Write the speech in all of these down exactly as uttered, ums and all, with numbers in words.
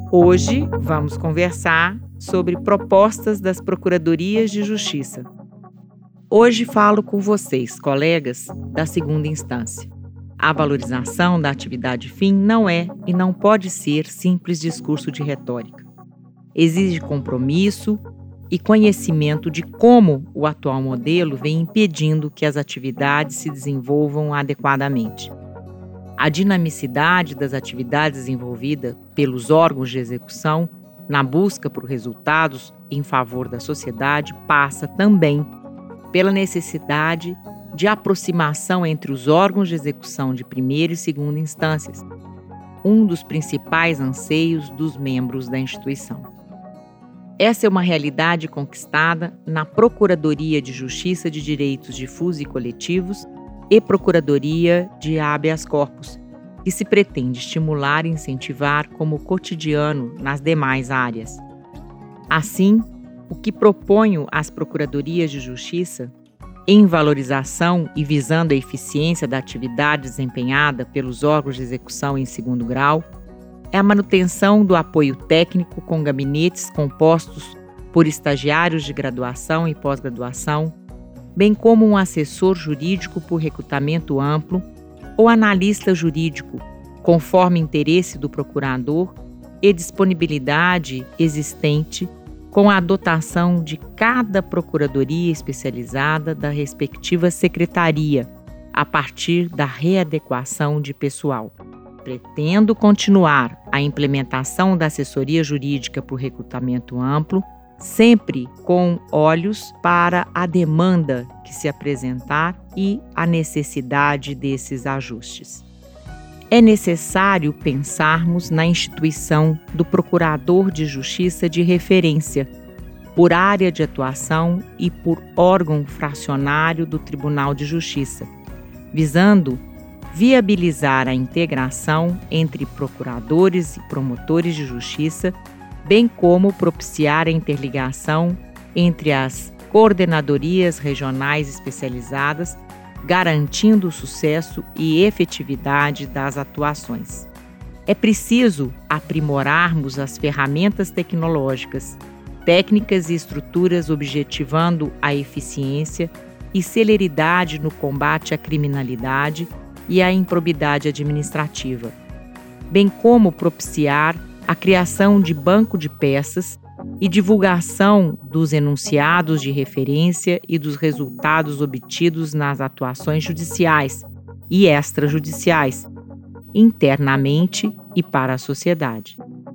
Hoje vamos conversar sobre propostas das Procuradorias de Justiça. Hoje falo com vocês, colegas da segunda instância. A valorização da atividade fim não é e não pode ser simples discurso de retórica. Exige compromisso e conhecimento de como o atual modelo vem impedindo que as atividades se desenvolvam adequadamente. A dinamicidade das atividades desenvolvidas pelos órgãos de execução na busca por resultados em favor da sociedade passa também pela necessidade de aproximação entre os órgãos de execução de primeira e segunda instâncias, um dos principais anseios dos membros da instituição. Essa é uma realidade conquistada na Procuradoria de Justiça de Direitos Difusos e Coletivos e Procuradoria de Habeas Corpus, que se pretende estimular e incentivar como cotidiano nas demais áreas. Assim, o que proponho às Procuradorias de Justiça, em valorização e visando a eficiência da atividade desempenhada pelos órgãos de execução em segundo grau, é a manutenção do apoio técnico com gabinetes compostos por estagiários de graduação e pós-graduação, bem como um assessor jurídico por recrutamento amplo ou analista jurídico, conforme interesse do procurador e disponibilidade existente, com a dotação de cada procuradoria especializada da respectiva secretaria, a partir da readequação de pessoal. Pretendo continuar a implementação da assessoria jurídica por recrutamento amplo, sempre com olhos para a demanda que se apresentar e a necessidade desses ajustes. É necessário pensarmos na instituição do Procurador de Justiça de referência, por área de atuação e por órgão fracionário do Tribunal de Justiça, visando viabilizar a integração entre procuradores e promotores de justiça, bem como propiciar a interligação entre as coordenadorias regionais especializadas, garantindo o sucesso e efetividade das atuações. É preciso aprimorarmos as ferramentas tecnológicas, técnicas e estruturas objetivando a eficiência e celeridade no combate à criminalidade e à improbidade administrativa, bem como propiciar a criação de banco de peças e divulgação dos enunciados de referência e dos resultados obtidos nas atuações judiciais e extrajudiciais, internamente e para a sociedade.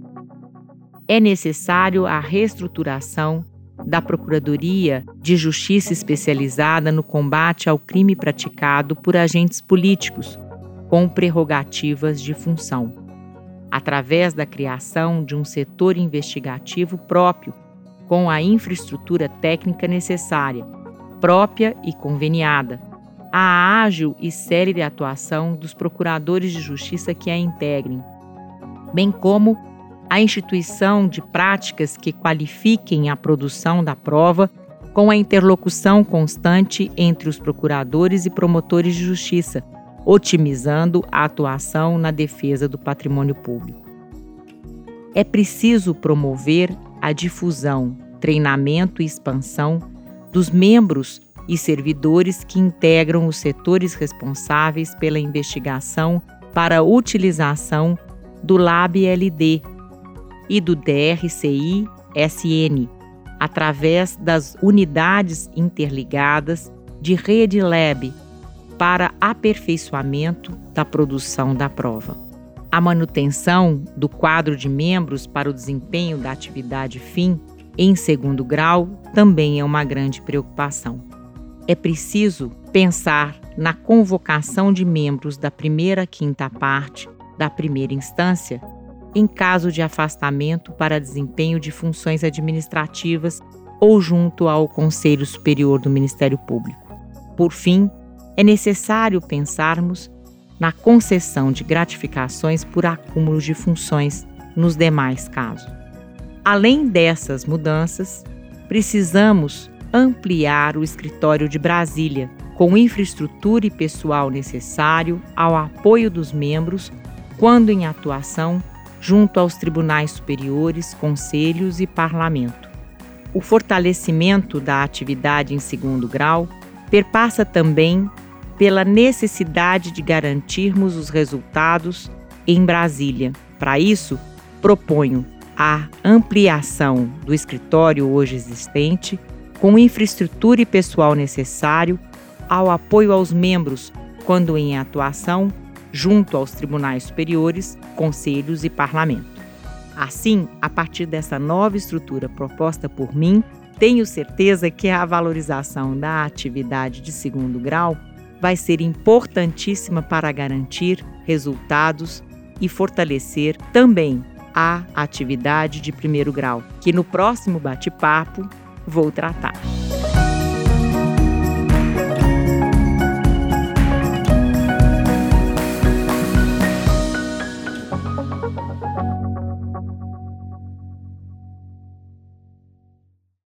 É necessário a reestruturação da Procuradoria de Justiça especializada no combate ao crime praticado por agentes políticos, com prerrogativas de função, através da criação de um setor investigativo próprio, com a infraestrutura técnica necessária, própria e conveniada, a ágil e célere atuação dos procuradores de justiça que a integrem, bem como a instituição de práticas que qualifiquem a produção da prova com a interlocução constante entre os procuradores e promotores de justiça, otimizando a atuação na defesa do patrimônio público. É preciso promover a difusão, treinamento e expansão dos membros e servidores que integram os setores responsáveis pela investigação para a utilização do Lab-L D e do D R C I-S N, através das unidades interligadas de Rede Lab, para aperfeiçoamento da produção da prova. A manutenção do quadro de membros para o desempenho da atividade fim em segundo grau também é uma grande preocupação. É preciso pensar na convocação de membros da primeira quinta parte da primeira instância em caso de afastamento para desempenho de funções administrativas ou junto ao Conselho Superior do Ministério Público. Por fim, é necessário pensarmos na concessão de gratificações por acúmulo de funções nos demais casos. Além dessas mudanças, precisamos ampliar o escritório de Brasília, com infraestrutura e pessoal necessário ao apoio dos membros quando em atuação junto aos tribunais superiores, conselhos e parlamento. O fortalecimento da atividade em segundo grau perpassa também pela necessidade de garantirmos os resultados em Brasília. Para isso, proponho a ampliação do escritório hoje existente, com infraestrutura e pessoal necessário, ao apoio aos membros quando em atuação, junto aos tribunais superiores, conselhos e parlamento. Assim, a partir dessa nova estrutura proposta por mim, tenho certeza que a valorização da atividade de segundo grau vai ser importantíssima para garantir resultados e fortalecer também a atividade de primeiro grau, que no próximo bate-papo vou tratar.